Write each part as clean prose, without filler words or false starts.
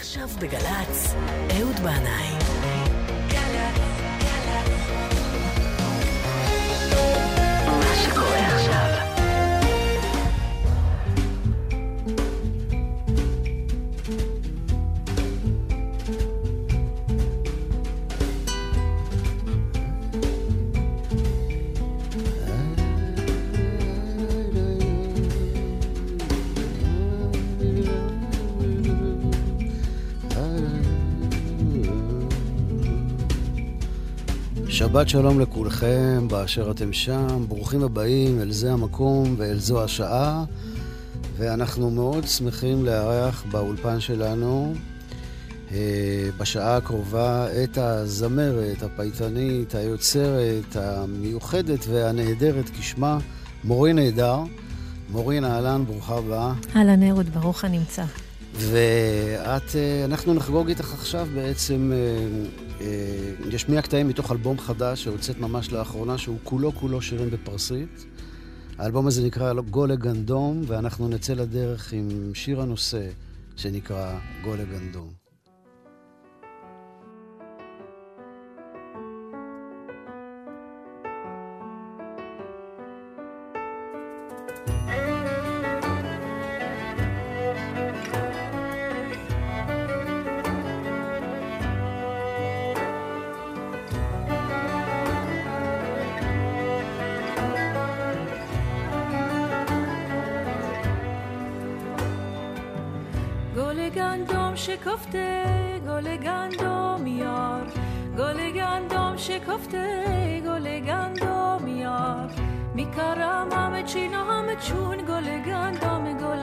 עכשיו בגלץ, אהוד בנאי. מה שקורה עכשיו. שבת שלום לכולכם באשר אתם שם, ברוכים הבאים אל זה המקום ואל זו השעה, ואנחנו מאוד שמחים לארח באולפן שלנו בשעה הקרובה את הזמרת, הפייטנית, היוצרת, המיוחדת והנהדרת כשמה, מורין נהדר. מורין, אהלן, ברוכה הבאה. אהלן אהוד, ברוך הנמצא. ואנחנו נחגוג איתך עכשיו בעצם, ישמיע קטעים מתוך אלבום חדש שהוצאת ממש לאחרונה, שהוא כולו שירים בפרסית. האלבום הזה נקרא גולה גנדום, ואנחנו נצא לדרך עם שיר הנושא שנקרא גולה גנדום. شکفته گل گندم یار گل گندم شکفته گل گندم یار میکرم همه چینا همه چون گل گندم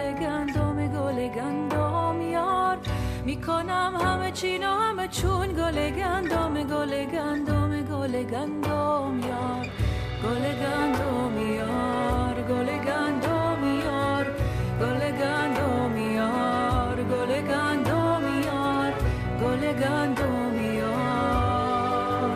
یار میکنم همه چینا همه چون گل گندم یار گل گندم یار گل گندم یار گل گندم یار گل گندم یار گل گندم یار گل گندم یار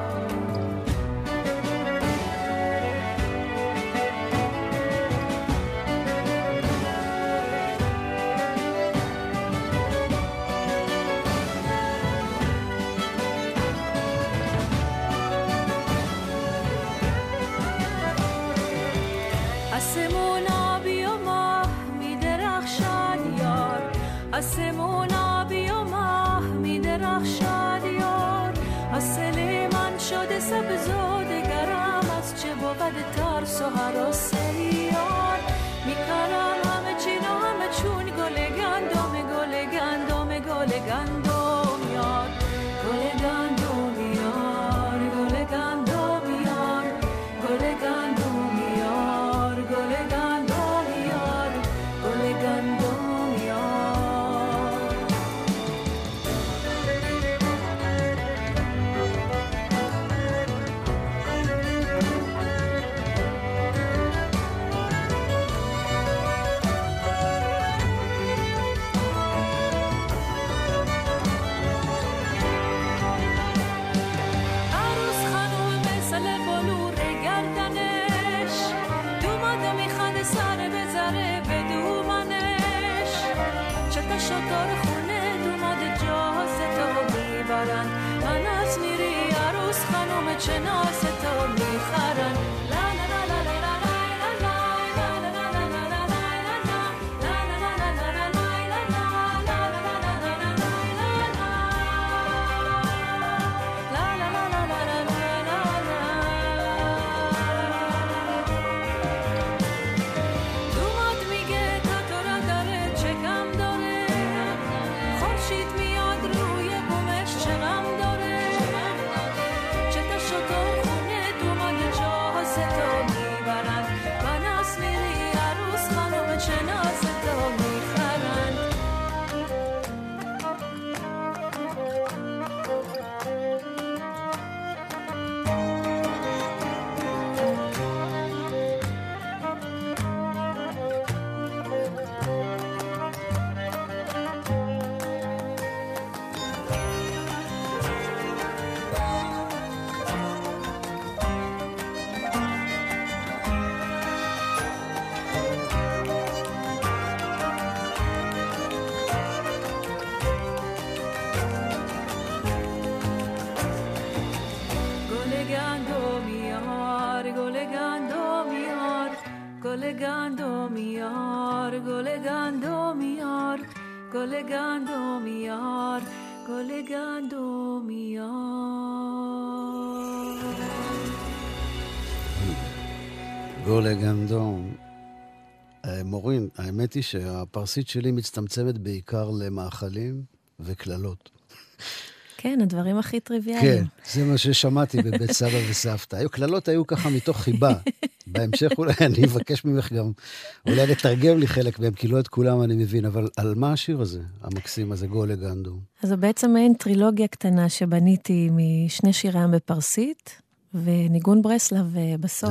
آسمون آبی و ماه می درخشد یار آسمون آبی و ماه می درخشد یار اصل من شده سبز و دگرم از چه بود ترس و هراسه یار میکنم همه چینا همه چون گل گندم یار گل گندم یار گل گندم یار گل گندم یار گل گندم یار گل گندم یار عروس خانوم مثل بلور گردنش دوماده میخواد سر بذاره به دومنش چتا شطار خونه دوماده جاز تو میبرن من از میری عروس خانوم چه ناز تو میخرن لا لا لا لا لا دوماد میگه تا تو را داره چه کم داره خورشید میاد روی بومش چه غم داره چه تا شطور خونه دوماد جاز تو گندم میار گل گندم میار گل گندم میار گل گندم میار גול גנדום. מורין, האמת היא שהפרסית שלי מצטמצמת בעיקר למאכלים וכללות. כן, הדברים הכי טריוויאליים. כן, זה מה ששמעתי בבית סבא וסבתא. כללות היו ככה מתוך חיבה. בהמשך אולי אני אבקש ממך גם, אולי לתרגם לי חלק מהם, כי לא את כולם אני מבין, אבל על מה השיר הזה, המקסים הזה, גול גנדום? אז זה בעצם מעין טרילוגיה קטנה שבניתי משני שיריים בפרסית, וניגון ברסלב בסוף.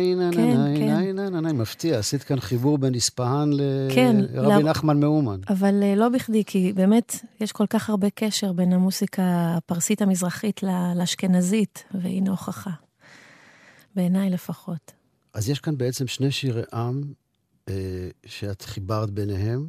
מפתיע, עשית כאן חיבור בין איספהאן כן, לרבי נחמן מאומן. אבל לא בכדי, כי באמת יש כל כך הרבה קשר בין המוסיקה הפרסית המזרחית לאשכנזית, והנה הוכחה. בעיניי לפחות. אז יש כאן בעצם שני שירי עם שאת חיברת ביניהם,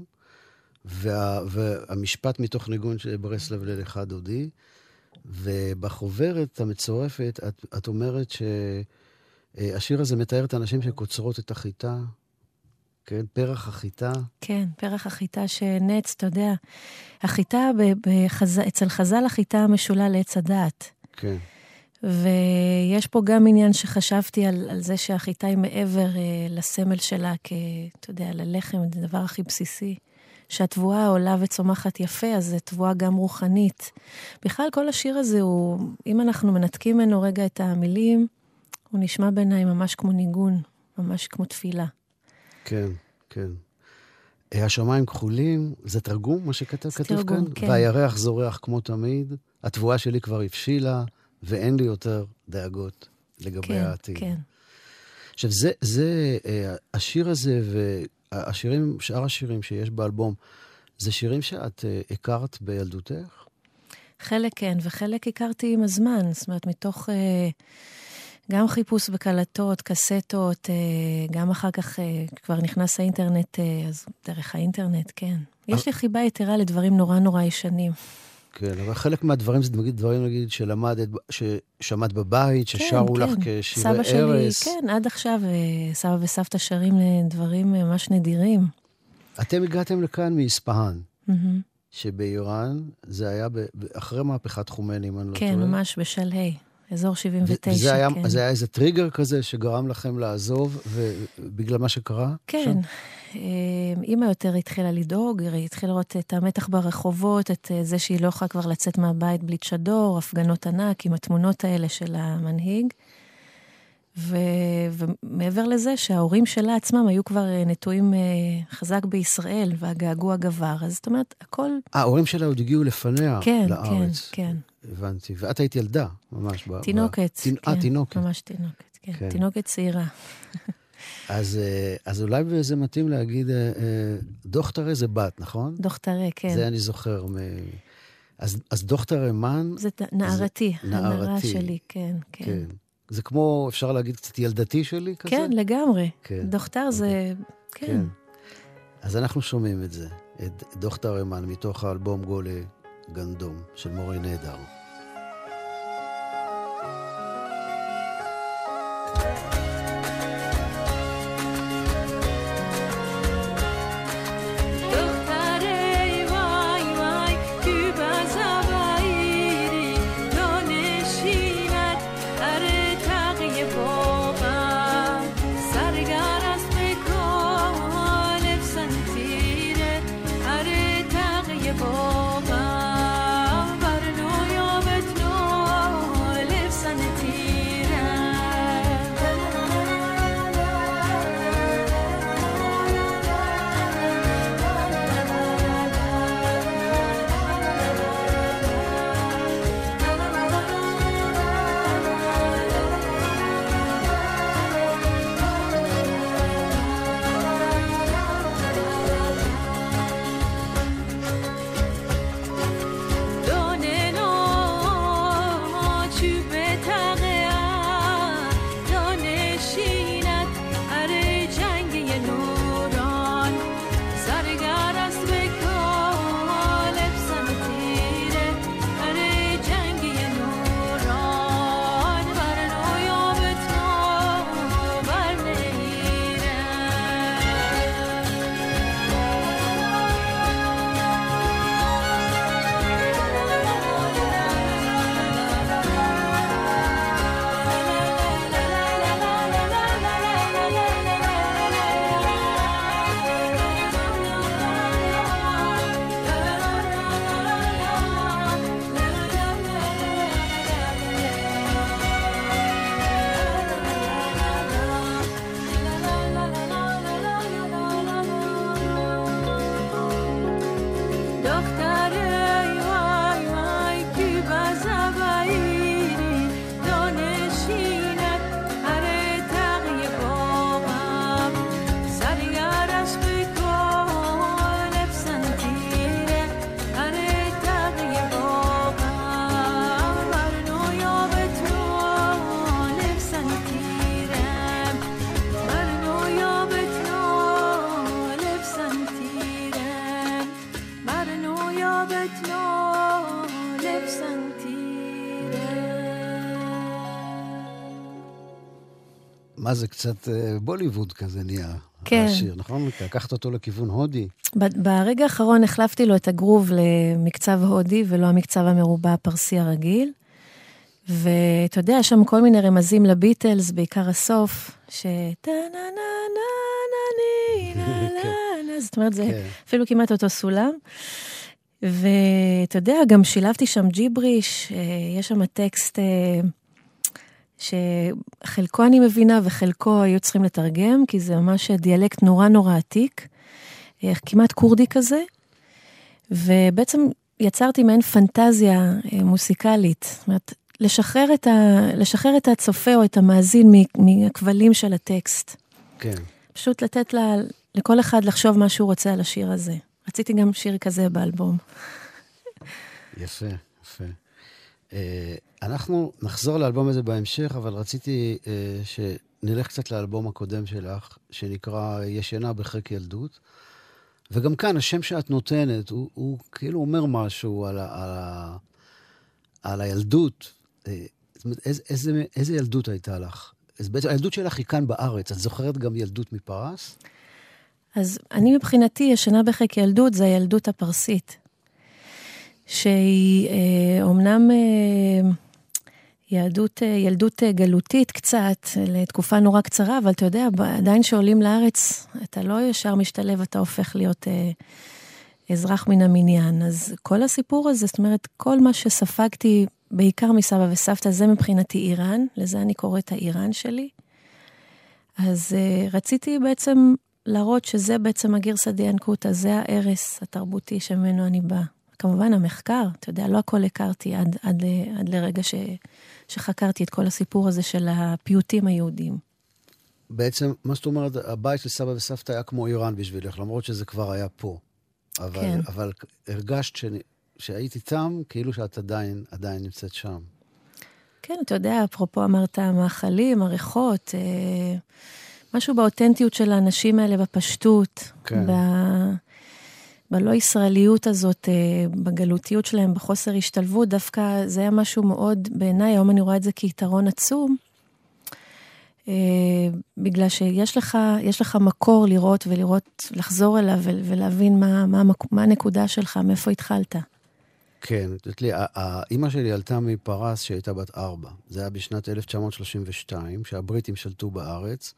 והמשפט מתוך ניגון של ברסלב ללך דודי, ובחוברת המצורפת את אומרת שהשיר הזה מתאר את האנשים שקוצרות את החיטה, כן? פרח החיטה. כן, פרח החיטה שנץ, אתה יודע, החיטה, אצל חז"ל החיטה משולה לעץ הדעת. כן. ויש פה גם עניין שחשבתי על זה שהחיטה היא מעבר לסמל שלה, אתה יודע, ללחם, זה הדבר הכי בסיסי. שהתבואה עולה וצומחת יפה, אז זה תבואה גם רוחנית. בכלל, כל השיר הזה הוא, אם אנחנו מנתקים ממנו רגע את המילים, הוא נשמע בעיניי ממש כמו ניגון, ממש כמו תפילה. כן, כן. השמיים כחולים, זה תרגום, מה שכתוב כאן? כן. והירח זורח כמו תמיד, התבואה שלי כבר הבשילה, ואין לי יותר דאגות לגבי העתיד. כן. עכשיו, השיר הזה השירים, שאר השירים שיש באלבום, זה שירים שאת הכרת בילדותך? חלק כן, וחלק הכרתי עם הזמן, זאת אומרת, מתוך גם חיפוש בקלטות, קסטות, גם אחר כך כבר נכנס האינטרנט, אז דרך האינטרנט, כן. יש לי חיבה יתרה לדברים נורא נורא ישנים. כן, אבל חלק מהדברים זה דברים, נגיד, ששמעת בבית, ששרו לך כשירי ערס. סבא שלי, כן, עד עכשיו סבא וסבתא שרים לדברים ממש נדירים. אתם הגעתם לכאן מאיספהאן, שבאיראן זה היה אחרי מהפכת חומייני, אם אני לא טועה. כן, ממש בשלהי, אזור 79, כן. זה היה איזה טריגר כזה שגרם לכם לעזוב, בגלל מה שקרה? כן. אמא יותר התחילה לדאוג, היא התחילה לראות את המתח ברחובות, את זה שהיא לא יכולה כבר לצאת מהבית בלי צ'דור, הפגנות ענק עם התמונות האלה של המנהיג. ומעבר לזה שההורים שלה עצמם היו כבר נטועים חזק בישראל, והגעגוע גבר. אז זאת אומרת, הכל... ההורים שלה עוד הגיעו לפניה לארץ. כן. הבנתי. ואת היית ילדה, ממש. תינוקת. תינוקת. ממש תינוקת, כן. תינוקת צעירה. אז אולי זה מתאים להגיד, דוכתרה זה בת, נכון? דוכתרה, כן. זה אני זוכר. אז דוכתרה מן... זה נערתי, הנערה שלי, כן. זה כמו, אפשר להגיד, קצת ילדתי שלי כזה? כן, לגמרי. דוכתר זה... כן. אז אנחנו שומעים את זה, את דוכתרה מן, מתוך האלבום גול גנדום של מורין נהדר. Barnoya شبت نالب سنتیره. מה זה קצת בוליווד כזה נהיה, כן. השיר, נכון? לקחת אותו לכיוון הודי. ברגע האחרון החלפתי לו את הגרוב למקצב הודי, ולא המקצב המרובע הפרסי הרגיל. ואתה יודע, שם כל מיני רמזים לביטלס, בעיקר הסוף, זאת אומרת, זה אפילו כמעט אותו סולם. ואתה יודע, גם שילבתי שם ג'יבריש, יש שם טקסט שחלקו אני מבינה וחלקו היו צריכים לתרגם, כי זה ממש דיאלקט נורא נורא עתיק, כמעט קורדי כזה, ובעצם יצרתי מעין פנטזיה מוסיקלית, זאת אומרת, לשחרר את הצופה או את המאזין מהכבלים של הטקסט. כן. פשוט לתת לכל אחד לחשוב מה שהוא רוצה על השיר הזה. רציתי גם שיר כזה באלבום. יפה, יפה. אנחנו נחזור לאלבום הזה בהמשך, אבל רציתי שנלך קצת לאלבום הקודם שלך, שנקרא ישנה בחיק ילדות. וגם כאן, השם שאת נותנת, הוא כאילו אומר משהו על הילדות. זאת אומרת, איזה ילדות הייתה לך? אז בעצם הילדות שלך היא כאן בארץ. את זוכרת גם ילדות מפרס? אז אני מבחינתי, ישנה בחיק ילדות, זה הילדות הפרסית. שהיא אומנם ילדות גלותית קצת, לתקופה נורא קצרה, אבל אתה יודע, עדיין שעולים לארץ, אתה לא ישר משתלב, אתה הופך להיות אזרח מן המניין. אז כל הסיפור הזה, זאת אומרת, כל מה שספגתי, בעיקר מסבא וסבתא, זה מבחינתי איראן, לזה אני קוראת האיראן שלי. אז רציתי בעצם להראות שזה בעצם הגרסא דינקותא, זה הערש התרבותי שממנו אני באה. כמובן המחקר, אתה יודע, לא הכל הכרתי עד לרגע שחקרתי את כל הסיפור הזה של הפיוטים היהודים. בעצם, מה זאת אומרת, הבית של סבא וסבתא היה כמו איראן בשבילך, למרות שזה כבר היה פה. כן. אבל הרגשת שהיית איתם, כאילו שאת עדיין נמצאת שם. כן, אתה יודע, אפרופו אמרת, המאכלים, הריחות, משהו באותנטיות של האנשים האלה, בפשטות, כן. בלא ישראליות הזאת, בגלותיות שלהם, בחוסר השתלבות, דווקא זה היה משהו מאוד, בעיניי, היום אני רואה את זה כיתרון עצום, בגלל שיש לך מקור לראות לחזור אליו ולהבין מה הנקודה שלך, מאיפה התחלת. כן, תראי לי, האמא שלי עלתה מפרס שהייתה בת 4. זה היה בשנת 1932, שהבריטים שלטו בארץ,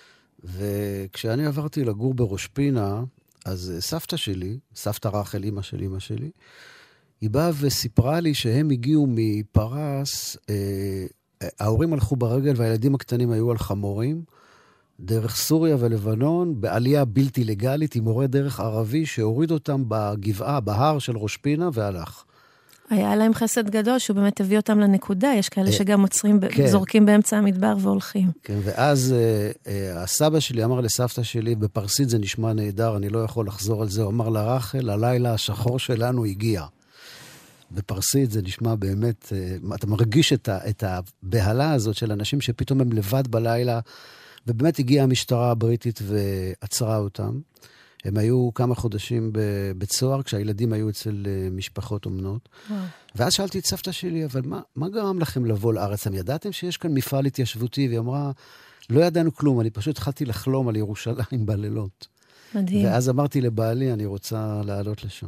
וכשאני עברתי לגור בראש פינה, אז סבתא שלי, סבתא רחל, אמא שלי, היא באה וסיפרה לי שהם הגיעו מפרס, ההורים הלכו ברגל והילדים הקטנים היו על חמורים, דרך סוריה ולבנון, בעלייה בלתי לגלית, עם מורה דרך ערבי שהוריד אותם בגבעה, בהר של ראש פינה, והלך. היה להם חסד גדול שהוא באמת הביא אותם לנקודה, יש כאלה שגם עוצרים, זורקים באמצע המדבר והולכים. כן, ואז הסבא שלי אמר לסבתא שלי, בפרסית זה נשמע נהדר, אני לא יכול לחזור על זה, הוא אמר לה, רחל, הלילה השחור שלנו הגיע. בפרסית זה נשמע באמת, אתה מרגיש את הבהלה הזאת של אנשים שפתאום הם לבד בלילה, ובאמת הגיעה המשטרה הבריטית ועצרה אותם. הם היו כמה חודשים בבית סוהר, כשהילדים היו אצל משפחות אומנות. ואז שאלתי את סבתא שלי, אבל מה גרם לכם לבוא לארץ? הם ידעתם שיש כאן מפעל התיישבותי? והיא אמרה, לא ידענו כלום, אני פשוט התחלתי לחלום על ירושלים בלילות. מדהים. ואז אמרתי לבעלי, אני רוצה לעלות לשם.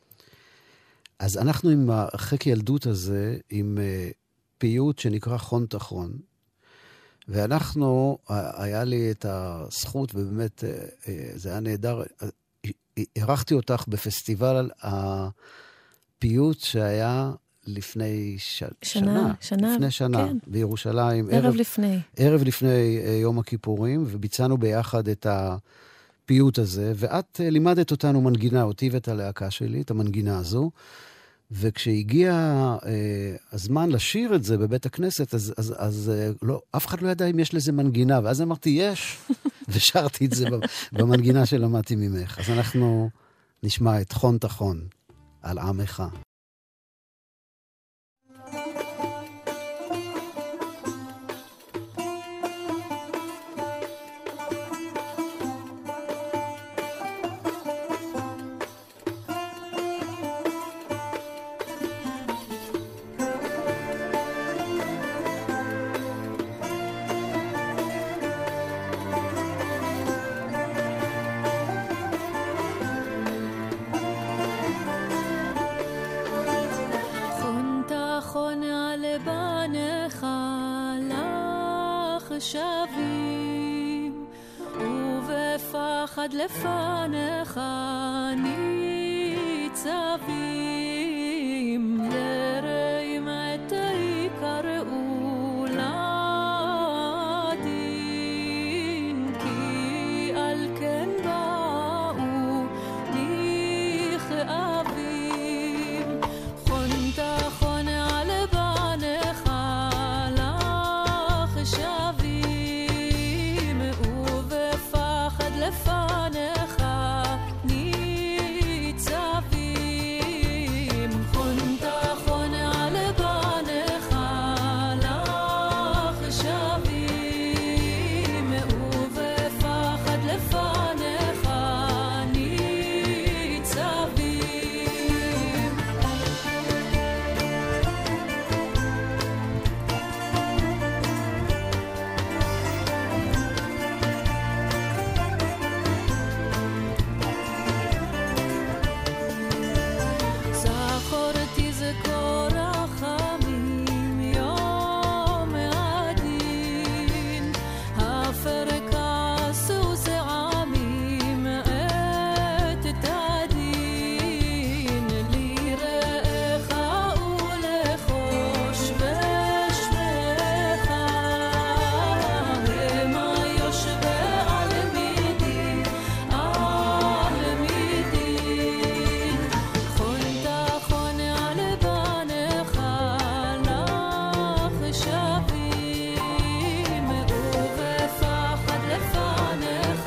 אז אנחנו עם החיק ילדות הזה, עם פיוט שנקרא חון תחון, ואנחנו, היה לי את הזכות, ובאמת זה היה נהדר, ערכתי אותך בפסטיבל הפיוט שהיה לפני שנה, כן. בירושלים. ערב לפני יום הכיפורים, וביצענו ביחד את הפיוט הזה, ואת לימדת אותנו מנגינה, אותי ואת הלהקה שלי, את המנגינה הזו, וכשהגיע הזמן לשיר את זה בבית הכנסת, אז לא, אף אחד לא ידע אם יש לזה מנגינה, ואז אמרתי, יש, ושרתי את זה במנגינה שלמדתי ממך. אז אנחנו נשמע את חון תחון על עמך. ופחד לפניך ניצבים, יראים עתי קראו לדין, כי על כן באו נכאבים. חון על בניך לך שבים, ובפחד לפניך ניצבים. חון על בניך לך שבים, ובפחד לפניך ניצבים. זכור תזכור רחמים יום הדין, הפר כעס וזעמים עת תדין, ליראיך ולחוש ושמך, המה יושבי על מידי, על מידי. חון על בניך לך שבים, ובפחד לפניך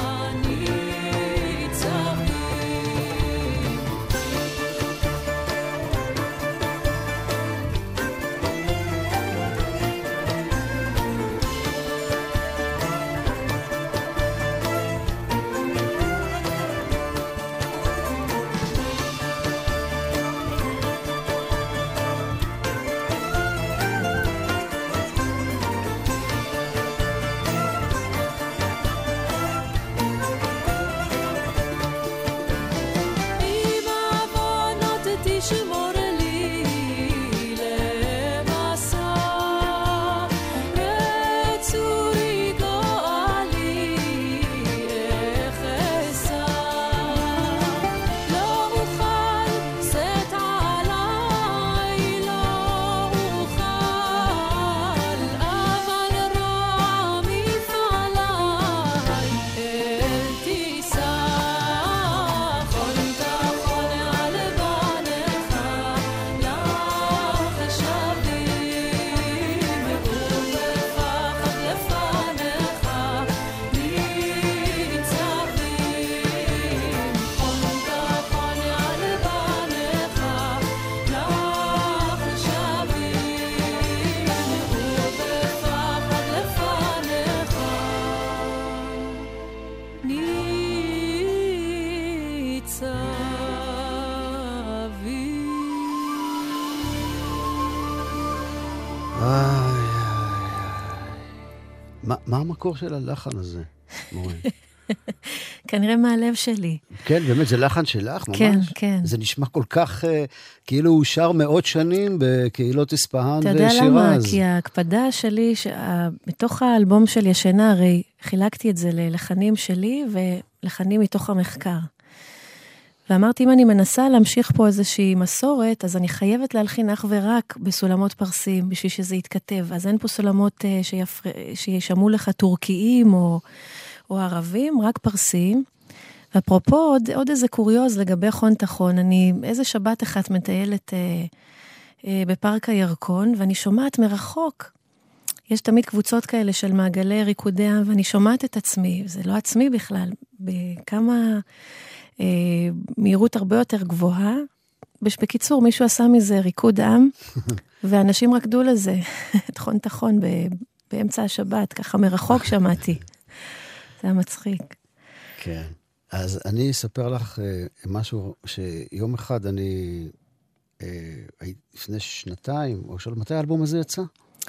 אם עוונות תשמור לי למסע, רצורי גואלי איך אשא. לא אוכל שאת עליי, לא אוכל, אבל רע מפעליי אל תישא. חון על בניך לך שבים, ובפחד לפניך ניצבים. חון על בניך לך שבים, ובפחד לפניך מה המקור של הלחן הזה, מורן? כנראה מהלב שלי. כן, באמת, זה לחן שלך, ממש? כן, כן. זה נשמע כל כך, כאילו הוא שר מאות שנים בקהילות אספהאן אתה ושירז. יודע למה? כי ההקפדה שלי, מתוך האלבום של ישנה, הרי חילקתי את זה ללחנים שלי ולחנים מתוך המחקר. ואמרתי, אם אני מנסה להמשיך פה איזושהי מסורת, אז אני חייבת להלחין אך ורק בסולמות פרסים, בשביל שזה יתכתב. אז אין פה סולמות שישמעו לך טורקיים או ערבים, רק פרסים. ואפרופו, עוד איזה קוריוז לגבי חון תחון. אני איזה שבת אחת מטיילת בפארק הירקון, ואני שומעת מרחוק. יש תמיד קבוצות כאלה של מעגלי ריקודיה, ואני שומעת את עצמי, זה לא עצמי בכלל, בכמה מהירות הרבה יותר גבוהה. בקיצור, מישהו עשה מזה ריקוד עם, ואנשים רקדו לזה, את חון תחון באמצע השבת, ככה מרחוק שמעתי. זה היה מצחיק. כן. אז אני אספר לך משהו שיום אחד אני, לפני שנתיים, או מתי האלבום הזה יצא?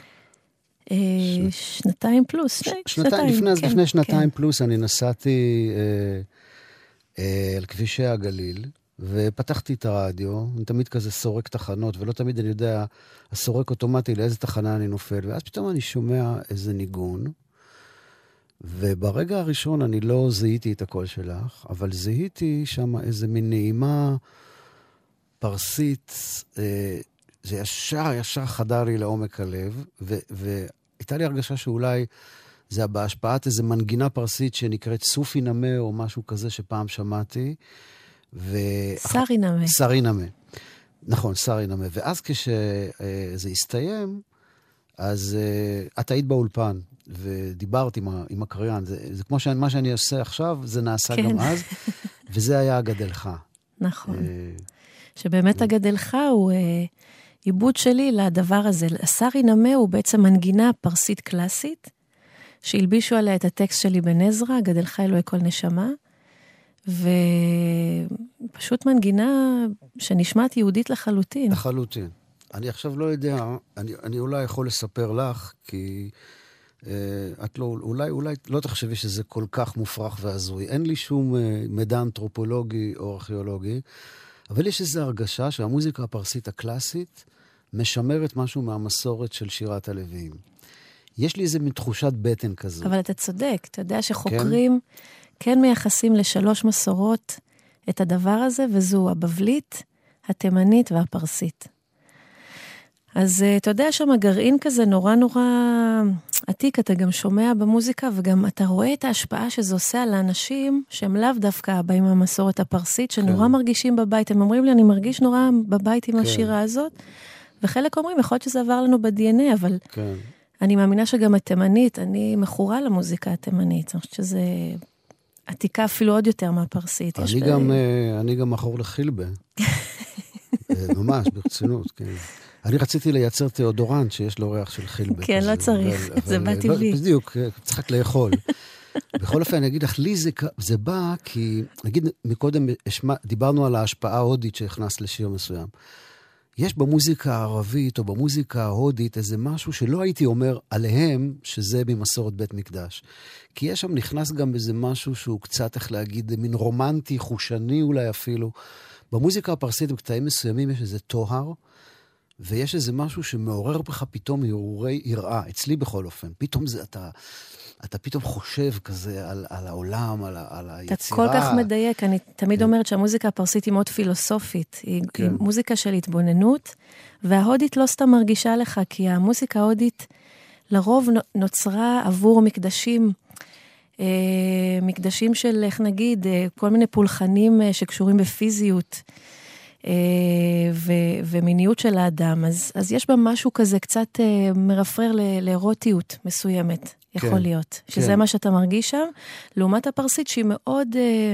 שנתיים פלוס. לפני שנתיים פלוס אני נסעתי על כבישי הגליל, ופתחתי את הרדיו, אני תמיד כזה סורק תחנות, ולא תמיד אני יודע, הסורק אוטומטי לאיזה תחנה אני נופל, ואז פתאום אני שומע איזה ניגון, וברגע הראשון אני לא זיהיתי את הקול שלך, אבל זיהיתי שם איזה מין נעימה פרסית, זה ישר חדר לי לעומק הלב, והייתה לי הרגשה שאולי זה בהשפעת איזה מנגינה פרסית שנקראת סופי נמה, או משהו כזה שפעם שמעתי. סרי נמה. סרי נמה. נכון, סרי נמה. ואז כשזה הסתיים, אז את היית באולפן, ודיברת עם הקריין. זה כמו מה שאני עושה עכשיו, זה נעשה גם אז, וזה היה הגדלך. נכון. שבאמת הגדלך הוא עיבוד שלי לדבר הזה. סרי נמה הוא בעצם מנגינה פרסית קלאסית, שהלבישו עליה את הטקסט שלי בן עזרא, גדלך אלוהי כל נשמה, ופשוט מנגינה שנשמעת יהודית לחלוטין. לחלוטין. אני עכשיו לא יודע, אני אולי יכול לספר לך, כי את לא, אולי לא תחשבי שזה כל כך מופרך והזוי. אין לי שום מידע אנתרופולוגי או ארכיאולוגי, אבל יש איזו הרגשה שהמוזיקה הפרסית הקלאסית משמרת משהו מהמסורת של שירת הלוויים. יש לי איזו תחושת בטן כזו. אבל אתה צודק, אתה יודע שחוקרים כן מייחסים לשלוש מסורות את הדבר הזה, וזו הבבלית, התימנית והפרסית. אז אתה יודע שם גרעין כזה נורא עתיק, אתה גם שומע במוזיקה, וגם אתה רואה את ההשפעה שזה עושה על האנשים, שהם לאו דווקא באים מהמסורת הפרסית, שנורא מרגישים בבית. הם אומרים לי, אני מרגיש נורא בבית עם השירה הזאת, וחלק אומרים, יכול להיות שזה עבר לנו ב-DNA, אבל אני מאמינה שגם התימנית, אני מכורה למוזיקה התימנית, אני חושבת שזה עתיקה אפילו עוד יותר מהפרסית. אני גם מכור לחילבה. ממש, ברצינות, כן. אני רציתי לייצר תיאודורנט שיש לו ריח של חילבה. כן, לא צריך, זה בא טבעי. בדיוק, צריך רק לאכול. בכל אופן, אני אגיד לך, לי זה בא כי, נגיד, מקודם דיברנו על ההשפעה ההודית שהכנס לשיר מסוים. יש במוזיקה הערבית או במוזיקה ההודית איזה משהו שלא הייתי אומר עליהם שזה ממסורת בית מקדש. כי יש שם נכנס גם איזה משהו שהוא קצת, איך להגיד, מין רומנטי, חושני אולי אפילו. במוזיקה הפרסית בקטעים מסוימים יש איזה טוהר, ויש איזה משהו שמעורר בך פתאום הרהורי יראה, אצלי בכל אופן. פתאום זה, אתה פתאום חושב כזה על העולם, על היצירה. אתה כל כך מדייק, אני תמיד אומרת שהמוזיקה הפרסית היא מאוד פילוסופית, היא מוזיקה של התבוננות, וההודית לא סתם מרגישה לך, כי המוזיקה ההודית לרוב נוצרה עבור מקדשים של, איך נגיד, כל מיני פולחנים שקשורים בפיזיות, ומיניות של האדם, אז יש בה משהו כזה קצת מרפרר לאירוטיות מסוימת, יכול להיות, שזה מה שאתה מרגיש שם, לעומת הפרסית שהיא מאוד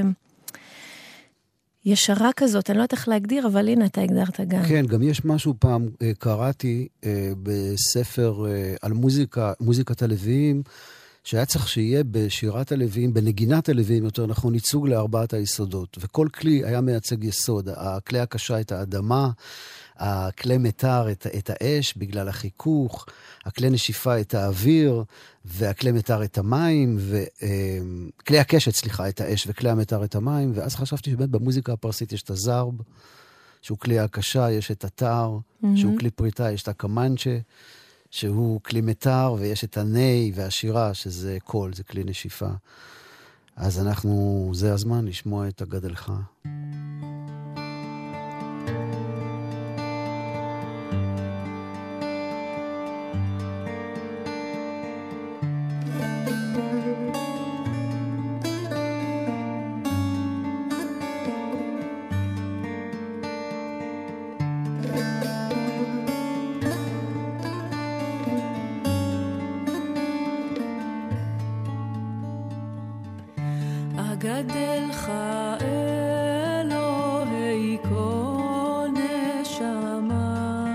ישרה כזאת, אני לא יודעת איך להגדיר, אבל הנה אתה הגדרת גם. כן, גם יש משהו פעם, קראתי בספר על מוזיקת הלוויים, שהיה צריך שיהיה בשירת הלוויים, בנגינת הלוויים יותר נכון, ייצוג לארבעת היסודות. וכל כלי היה מייצג יסוד. הכלי הקשה את האדמה, הכלי מטר את האש בגלל החיכוך, הכלי נשיפה את האוויר, והכלי מטר את המים, כלי הקשת, סליחה, את האש, וכלי המטר את המים. ואז חשבתי שבאמת במוזיקה הפרסית יש את הזרב, שהוא כלי הקשה, יש את הטר, שהוא כלי פריטה, יש את הקמנצ'ה, שהוא כלי מטר, ויש את הני והשירה, שזה קול, זה כלי נשיפה. אז זה הזמן לשמוע את הגדלך. גדלך אלוהי כל נשמה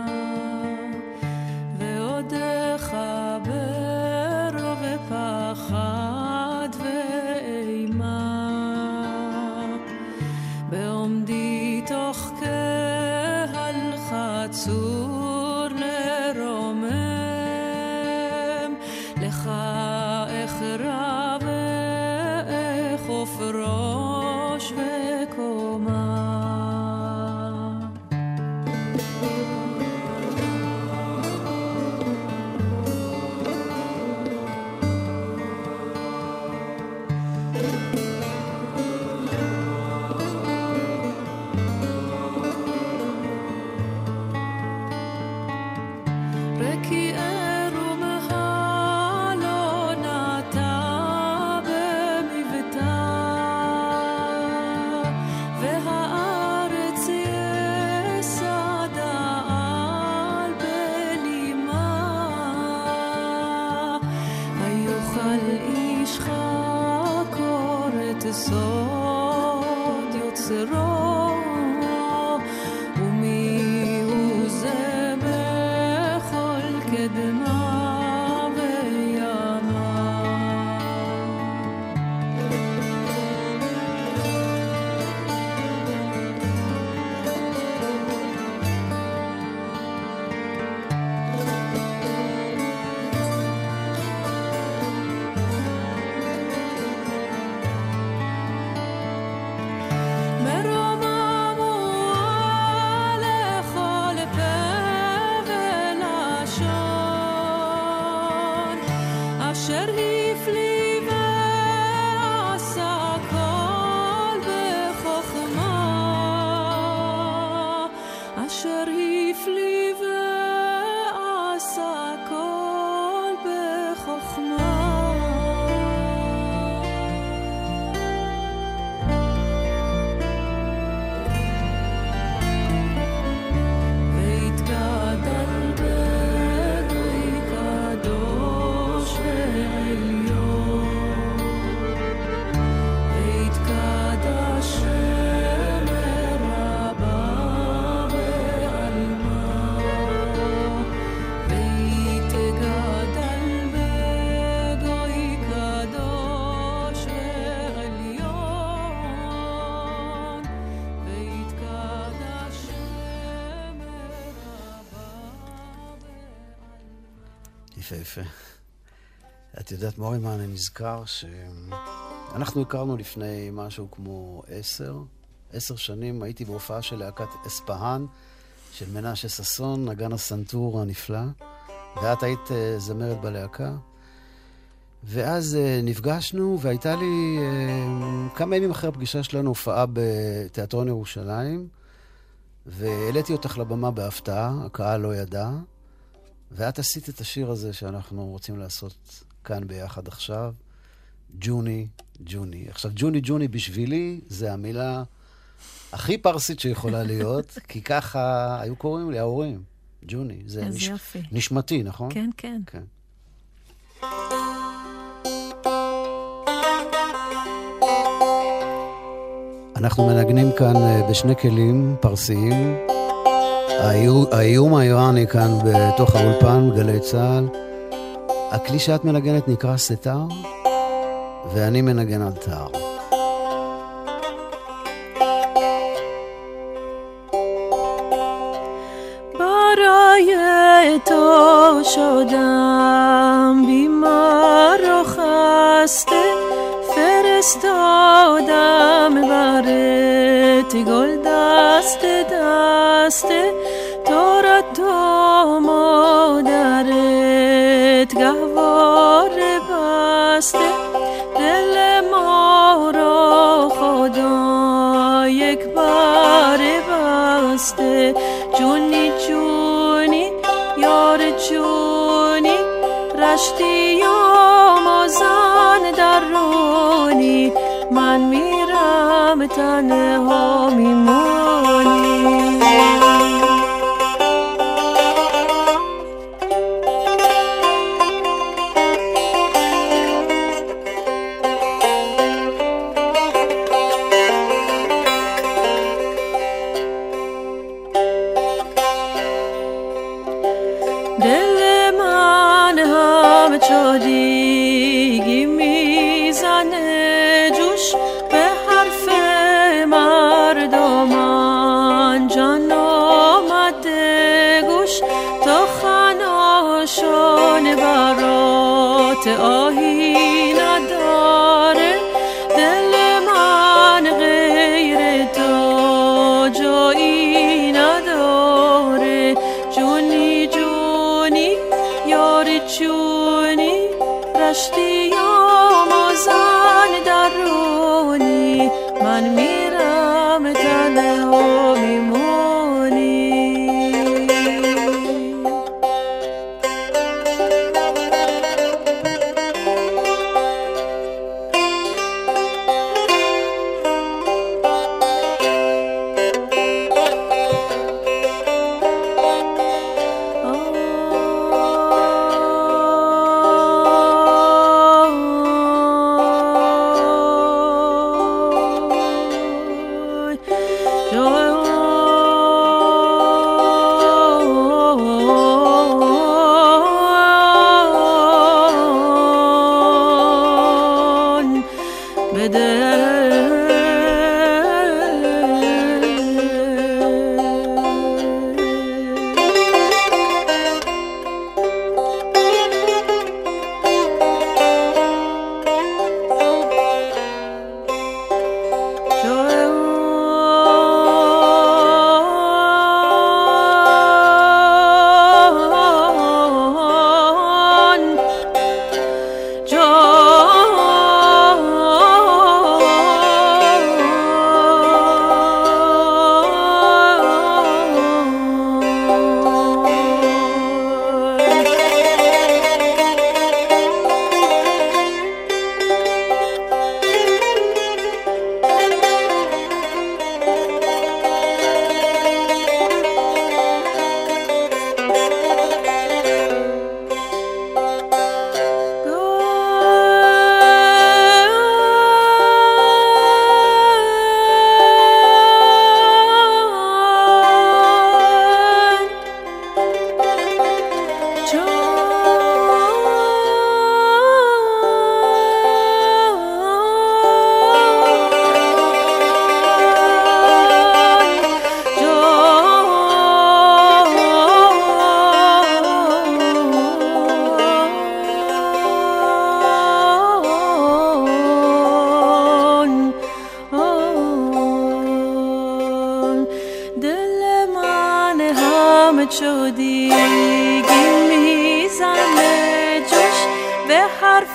ועודך ברוב ופחד ואימה בעומדי תוך קהל חצור לרומם לך אכרע ראש וקומה וכי ערום הלונתה במבטה והארץ יסדה על בלימה היוכל איש חקור את סוד יוצרו ומי הוא זה בכל קדמה וימה אשר הפליא ועשה כל בחוכמה אשר הפליא ועשה כל בחוכמה והתגדל בגוי קדוש יפה. את יודעת, מורימן, אני נזכר שאנחנו הכרנו לפני משהו כמו 10 שנים, הייתי בהופעה של להקת אספהאן, של מנשה ששון, נגן הסנטור הנפלא, ואת היית זמרת בלהקה. ואז נפגשנו, והייתה לי כמה ימים אחרי הפגישה שלנו הופעה בתיאטרון ירושלים, והעליתי אותך לבמה בהפתעה, הקהל לא ידע, ואת עשית את השיר הזה שאנחנו רוצים לעשות כאן ביחד עכשיו, ג'וני, ג'וני. עכשיו, ג'וני, ג'וני בשבילי זה המילה הכי פרסית שיכולה להיות, כי ככה היו קוראים לי ההורים, ג'וני. זה נשמתי, נכון? כן, כן. כן. אנחנו מנגנים כאן בשני כלים פרסיים, האיום האיראני כאן בתוך האולפן, גלי צהל. הכלי שאת מנגנת נקרא סטר, ואני מנגן על טר. برای تو شدم بیمار و خسته فرستادم برات گل دست دسته تو را تو مادرت گهواره بسته دل ما را خدا یک بار بسته جونی جونی یار جونی رشتی یا مازن درونی من میرم تنها میمونی دیگی میزنه جوش به حرف مردمان جان آمده گوش تو خناشان برات آهی نداره دل من غیر تو جایی نداره جونی جونی یار جونی رشتی یا مازن درونی من میرم تنها میمونی شدی میزن جوش به حرف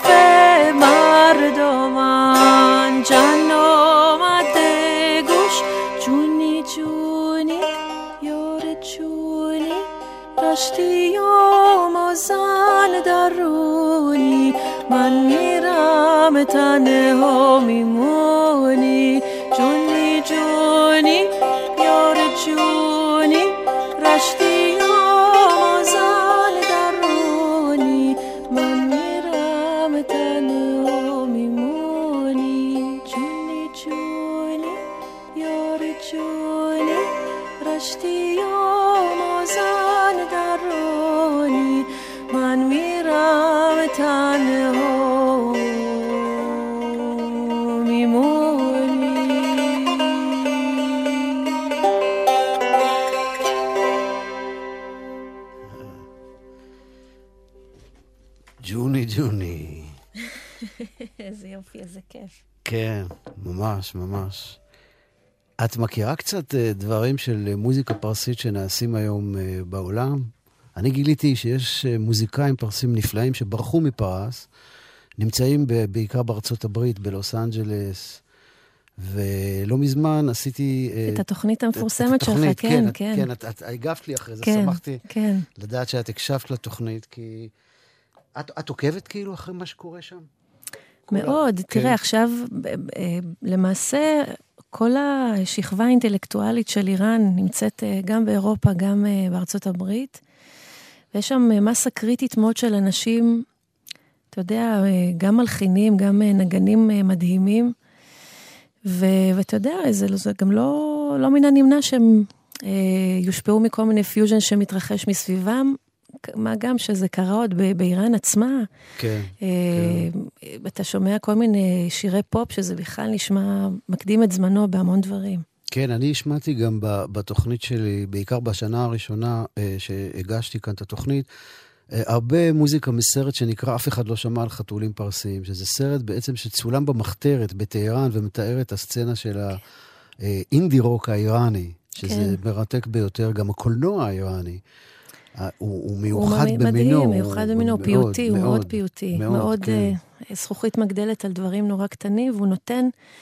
مردمان جان آمده گوش جونی جونی یار جونی رشتی آمازن درونی من میرم تنها میمونی جونی جونی یار جونی رشتی آمازن درونی من میرم تنها میمونی جونی جونی یار جونی رشتی آمازن درونی من میرم تنها ג'וני ג'וני. איזה יופי, איזה כיף. כן, ממש, ממש. את מכירה קצת דברים של מוזיקה פרסית שנעשים היום בעולם? אני גיליתי שיש מוזיקאים פרסים נפלאים שברחו מפרס, נמצאים בעיקר בארצות הברית, בלוס אנג'לס, ולא מזמן עשיתי... את התוכנית המפורסמת שלך, כן, כן. כן, את הגבת לי אחרי זה, כן, שמחתי כן. לדעת שאת הקשבת לתוכנית, כי... את עוקבת כאילו אחרי מה שקורה שם? מאוד. תראה, עכשיו, למעשה, כל השכבה האינטלקטואלית של איראן נמצאת גם באירופה, גם בארצות הברית, ויש שם מסה קריטית מאוד של אנשים, אתה יודע, גם מלחינים, גם נגנים מדהימים, ואתה יודע, זה גם לא מן הנמנע שהם יושפעו מכל מיני פיוז'ן שמתרחש מסביבם, מה גם שזה קרה עוד באיראן עצמה. כן. אתה שומע כל מיני שירי פופ, שזה בכלל נשמע, מקדים את זמנו בהמון דברים. כן, אני השמעתי גם בתוכנית שלי, בעיקר בשנה הראשונה שהגשתי כאן את התוכנית, הרבה מוזיקה מסרט שנקרא אף אחד לא שמע על חתולים פרסיים, שזה סרט בעצם שצולם במחתרת בטהרן, ומתאר את הסצנה של האינדי רוק האיראני, שזה מרתק ביותר, גם הקולנוע האיראני. הוא מיוחד במינו. הוא מיוחד במינו, הוא פיוטי, הוא מאוד פיוטי. מאוד זכוכית מגדלת על דברים נורא קטנים, והוא נותן,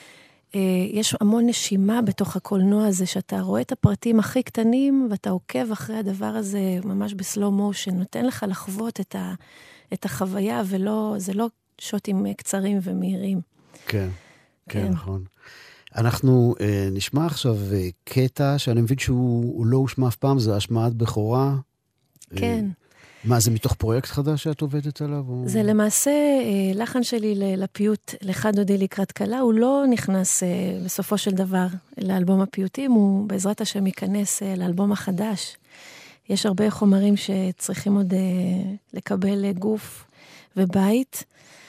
יש המון נשימה בתוך הקולנוע הזה, שאתה רואה את הפרטים הכי קטנים, ואתה עוקב אחרי הדבר הזה ממש בסלו מושן, נותן לך לחוות את החוויה, וזה לא שוטים קצרים ומהירים. כן, כן, נכון. אנחנו נשמע עכשיו קטע, שאני מבין שהוא לא הושמע אף פעם, זה השמעת בכורה. כן. מה, זה מתוך פרויקט חדש שאת עובדת עליו? זה למעשה לחן שלי לפיוט לך דודי לקראת קלה, הוא לא נכנס בסופו של דבר לאלבום הפיוטים, הוא בעזרת השם ייכנס לאלבום החדש. יש הרבה חומרים שצריכים עוד לקבל גוף ובית,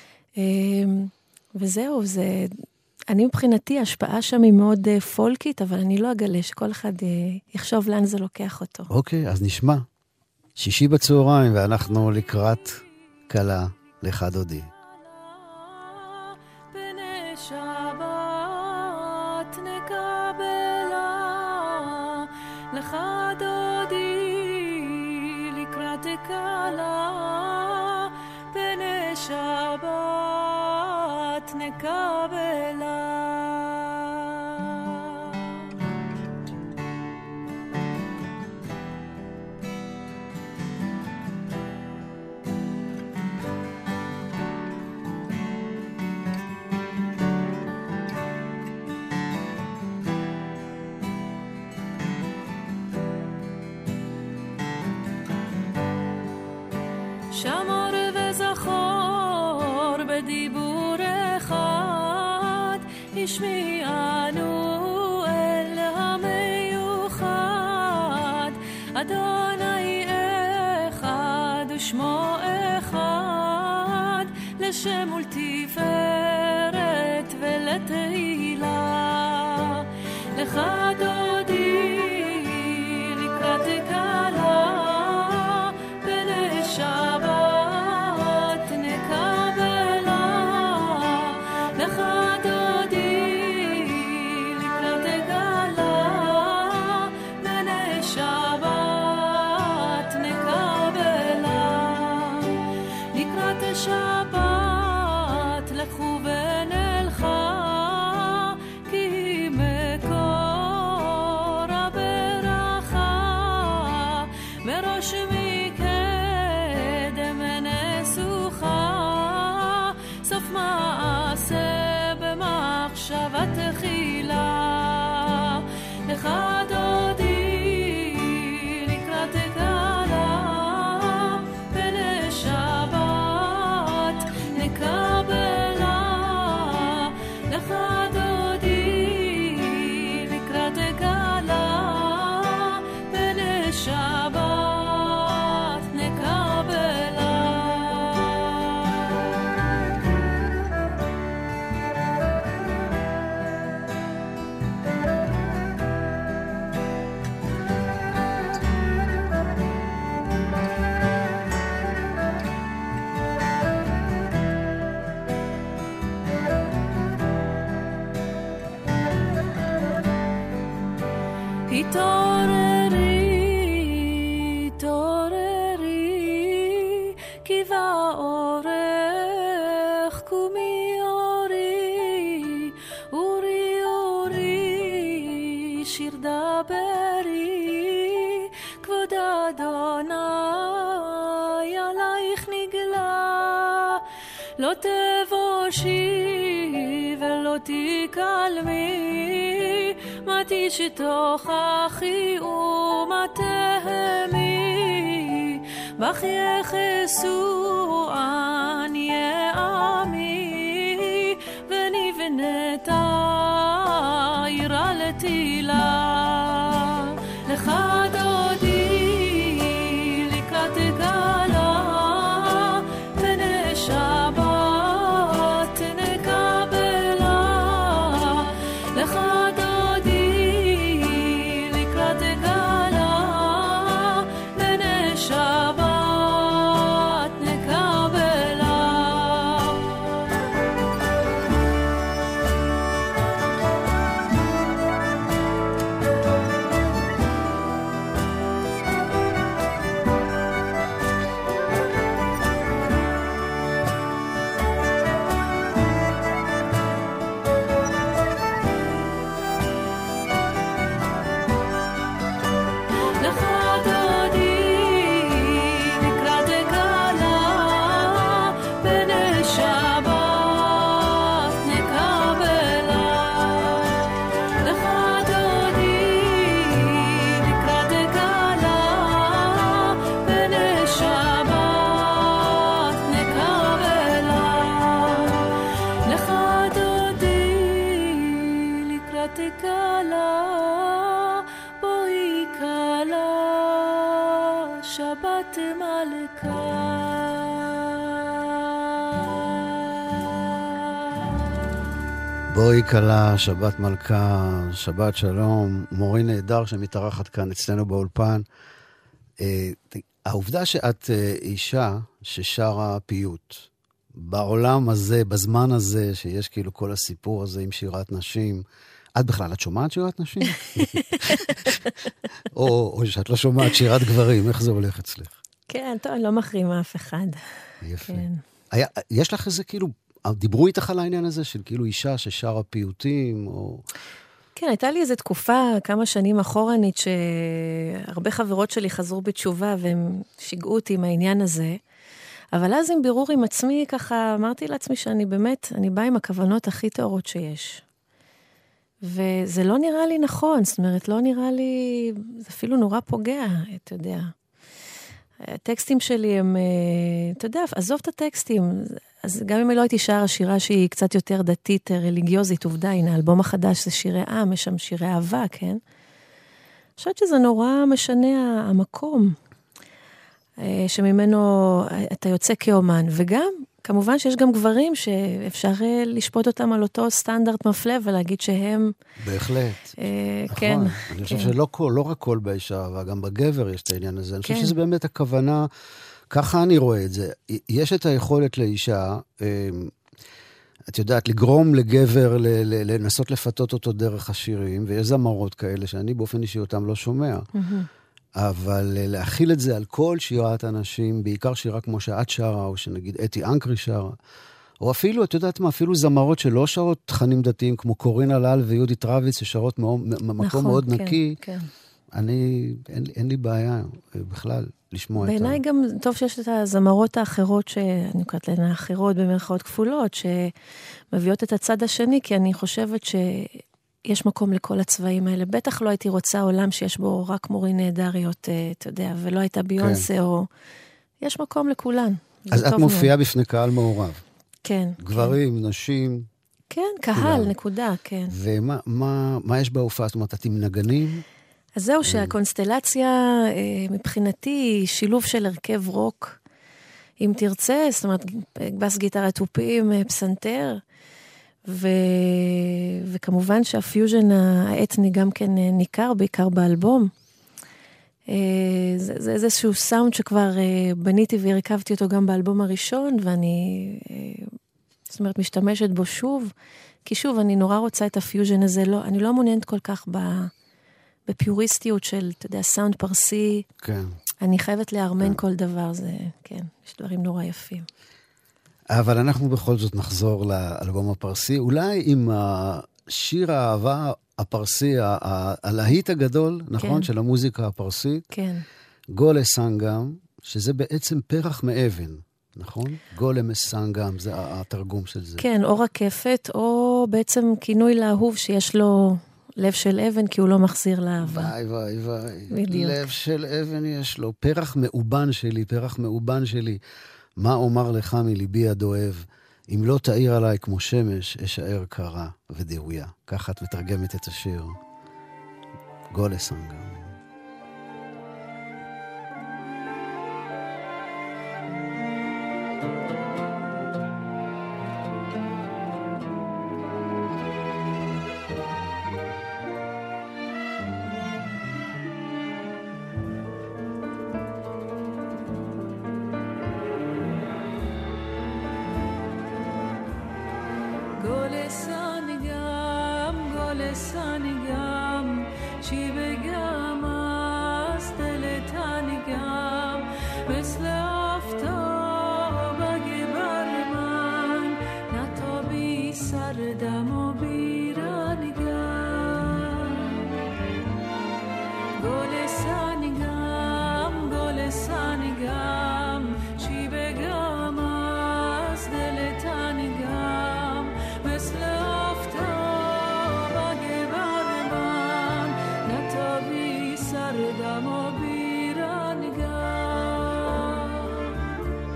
וזהו, אני מבחינתי, ההשפעה שם היא מאוד פולקית, אבל אני לא אגלה שכל אחד יחשוב לאן זה לוקח אותו. אוקיי, אז נשמע. 6 בצהריים, ואנחנו לקראת קלה לך דודי. לך דודי לקראת קלה בני שבת נקבלה שמור וזכור בדיבור אחד השמיענו אל המיוחד אדוני אחד ושמו אחד לשם ולתפארת ולתהילה לך דודי לקראת קלה בני שבת נקבלה לך דודי לקראת קלה בני שבת מראש מקדם נסוכה, סוף מעשה במחשבה תחילה. לך דודי לקראת קלה, ולשבת נקבלה. לך דודי לקראת קלה, ולשבת נקבלה. התעוררי, התעוררי, כי באורך קומי אורי, אורי אורי, שיר דברי, כבוד אדוני עלייך נגלה. לא תבושי ולא תקלמי, מה תשתוכחי ומה תהמי, בך יחסו עניי עמי, ונבנתה עירה לתהילה. לך דודי לקראת קלה, ונשבת נקבלה. לך שבת מלכה. בואי קלה, שבת מלכה, שבת שלום, מורי נהדר שמתארחת כאן אצלנו באולפן. העובדה שאת אישה ששרה פיוט, בעולם הזה, בזמן הזה, שיש כאילו כל הסיפור הזה עם שירת נשים, את בכלל, את שומעת שירת נשים? או שאת לא שומעת שירת גברים, איך זה הולך אצלך? כן, טוב, אני לא מחרימה אף אחד. יפה. כן. יש לך איזה כאילו, דיברו איתך על העניין הזה של כאילו אישה ששרה פיוטים, או... כן, הייתה לי איזו תקופה, כמה שנים אחורנית, שהרבה חברות שלי חזרו בתשובה, והם שיגעו אותי עם העניין הזה. אבל אז עם בירור עם עצמי, ככה אמרתי לעצמי שאני באמת, אני באה עם הכוונות הכי טהורות שיש. וזה לא נראה לי נכון, זאת אומרת, לא נראה לי, זה אפילו נורא פוגע, אתה יודע. הטקסטים שלי הם, אתה יודע, עזוב את הטקסטים, אז גם אם לא הייתי שרה שירה שהיא קצת יותר דתית, רליגיוזית, עובדה, הנה, האלבום החדש זה שירי עם, יש שם שירי אהבה, כן? אני חושבת שזה נורא משנה המקום, שממנו אתה יוצא כאומן, וגם, כמובן שיש גם גברים שאפשר לשפוט אותם על אותו סטנדרט מפלה, ולהגיד שהם... בהחלט. כן. אני חושב שלא רק כל באישה, אבל גם בגבר יש את העניין הזה. אני חושב שזה באמת הכוונה, ככה אני רואה את זה. יש את היכולת לאישה, את יודעת, לגרום לגבר, לנסות לפתות אותו דרך השירים, ויש זמרות כאלה שאני באופן אישי אותם לא שומע. אבל להכיל את זה על כל שירת אנשים, בעיקר שירה כמו שאת שרה, או שנגיד אתי אנקרי שרה, או אפילו, את יודעת מה, אפילו זמרות שלא שרות תכנים דתיים, כמו קורין הלל ויהודית רביץ, ששרות מקום מאוד נקי, אין לי בעיה בכלל לשמוע את בעיניי גם טוב שיש את הזמרות האחרות, שאני קוראת להן האחרות במרכאות כפולות, שמביאות את הצד השני, כי אני חושבת שיש מקום לכל הצבעים האלה. בטח לא הייתי רוצה עולם שיש בו רק מורי נהדריות, אתה יודע, ולא הייתה ביונסה, או... יש מקום לכולן. אז את מופיעה בפני קהל מעורב. כן. גברים, נשים. כן, קהל, נקודה, כן. ומה יש בהופעה? זאת אומרת, אתם נגנים? אז זהו, שהקונסטלציה מבחינתי היא שילוב של הרכב רוק, אם תרצה, זאת אומרת, בס גיטרה תופים, פסנתר, וכמובן שהפיוז'ן האתני גם כן ניכר, בעיקר באלבום. זה איזשהו סאונד שכבר בניתי והרכבתי אותו גם באלבום הראשון, ואני, זאת אומרת, משתמשת בו שוב, כי שוב, אני נורא רוצה את הפיוז'ן הזה, אני לא מעוניינת כל כך בפיוריסטיות של, אתה יודע, סאונד פרסי. כן. אני חייבת להרמן כל דבר, זה, כן, יש דברים נורא יפים. אבל אנחנו בכל זאת נחזור לאלבום הפרסי, אולי עם השיר האהבה הפרסי, הלהיט הגדול, נכון? של המוזיקה הפרסית. כן. גולה סנגם, שזה בעצם פרח מאבן, נכון? גולה מסנגם, זה התרגום של זה. כן, או רקפת, או בעצם כינוי לאהוב שיש לו לב של אבן, כי הוא לא מחזיר לאהבה. וואי. בדיוק. לב של אבן יש לו. פרח מאובן שלי. מה אומר לך מליבי הדואב? אם לא תאיר עליי כמו שמש, אשאר קרה ודהויה. ככה את מתרגמת את השיר. גולה סנגם.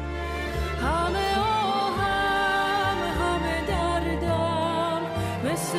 همه دردم مثل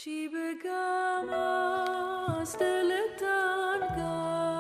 Ci begamas delle tanga.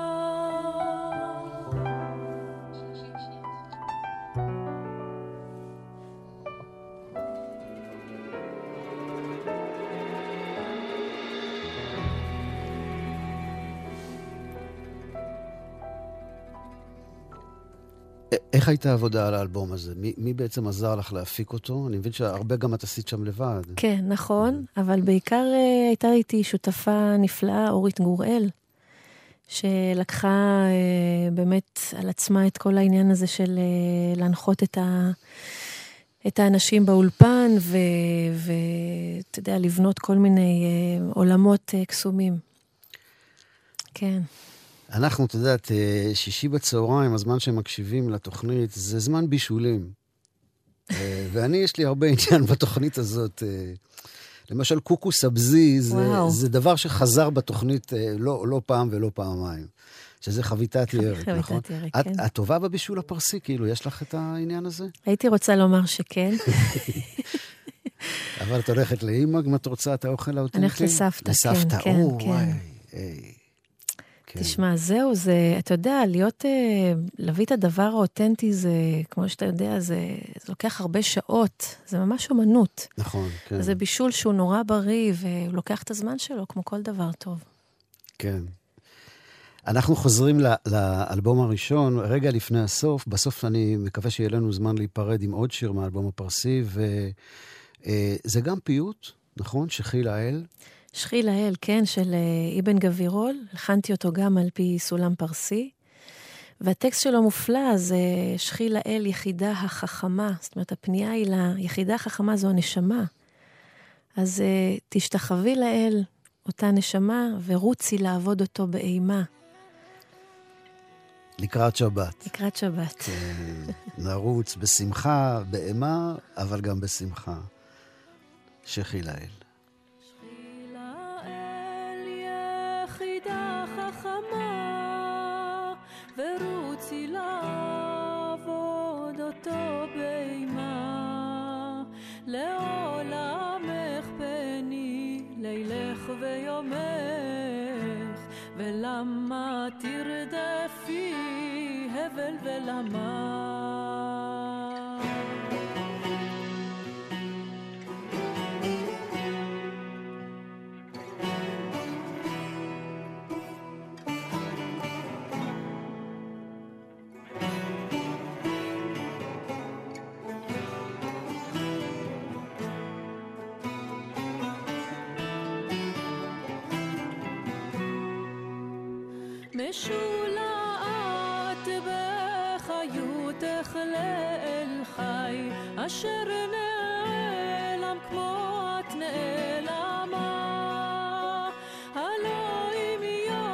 איך הייתה העבודה על האלבום הזה? מי בעצם עזר לך להפיק אותו? אני מבין שהרבה גם את עשית שם לבד. כן, נכון, אבל בעיקר הייתה איתי שותפה נפלאה, אורית גוראל, שלקחה באמת על עצמה את כל העניין הזה של להנחות את האנשים באולפן, ואתה יודע, לבנות כל מיני עולמות קסומים. כן. אנחנו, אתה יודעת, שישי בצהריים, הזמן שהם מקשיבים לתוכנית, זה זמן בישולים. ואני, יש לי הרבה עניין בתוכנית הזאת. למשל, קוקו סבזי, זה דבר שחזר בתוכנית לא פעם ולא פעמיים. שזה חביתת ירק, נכון? את טובה בבישול הפרסי, כאילו, יש לך את העניין הזה? הייתי רוצה לומר שכן. אבל את הולכת לאמא, אם את רוצה את האוכל האותנטי? אני הולכת לסבתא, כן, כן. תשמע, זהו, זה, אתה יודע, להביא את הדבר האותנטי, זה, כמו שאתה יודע, זה לוקח הרבה שעות, זה ממש אומנות. נכון, כן. זה בישול שהוא נורא בריא, והוא לוקח את הזמן שלו, כמו כל דבר טוב. כן. אנחנו חוזרים לאלבום הראשון, רגע לפני הסוף, בסוף אני מקווה שיהיה לנו זמן להיפרד עם עוד שיר מהאלבום הפרסי, וזה גם פיוט, נכון? שכיל האל. שכיל האל, כן, של אבן גבירול, הכנתי אותו גם על פי סולם פרסי, והטקסט שלו מופלא, זה שכיל האל יחידה החכמה, זאת אומרת, הפנייה היא ליחידה החכמה, זו הנשמה. אז תשתחווי לאל, אותה נשמה, ורוצי לעבוד אותו באימה. לקראת שבת. לקראת שבת. נרוץ בשמחה, באימה, אבל גם בשמחה. שכיל האל. ורוצי לעבוד אותו באימה, לעולמך פני לילך ויומך, ולמה תרדפי הבל ולמה. משולעת בחיותך לאל חי, אשר נעלם כמו את נעלמה. הלא אם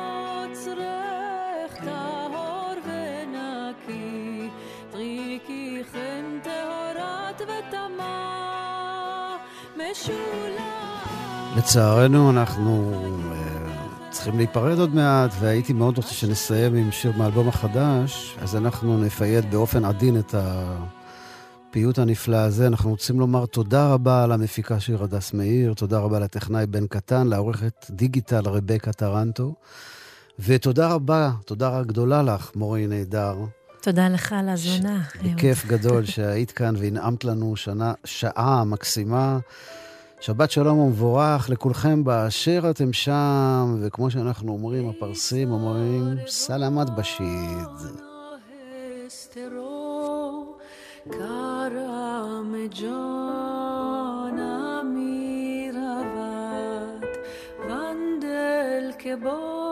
יוצרך טהור ונקי, טריקי חן טהורת ותמה. משולעת. לצערנו אנחנו צריכים להיפרד עוד מעט, והייתי מאוד רוצה שנסיים עם שיר מהאלבום החדש, אז אנחנו נפייד באופן עדין את הפיוט הנפלא הזה. אנחנו רוצים לומר תודה רבה למפיקה שיר הדס מאיר, תודה רבה לטכנאי בן קטן, לעורכת דיגיטל רבקה טרנטו, ותודה רבה, תודה גדולה לך, מורי נהדר. תודה לך על ההזמנה. בכיף גדול שהיית כאן והנעמת לנו שעה מקסימה. שבת שלום ומבורך לכולכם באשר אתם שם, וכמו שאנחנו אומרים, הפרסים אומרים, סלמת בשיד. ונדל כבו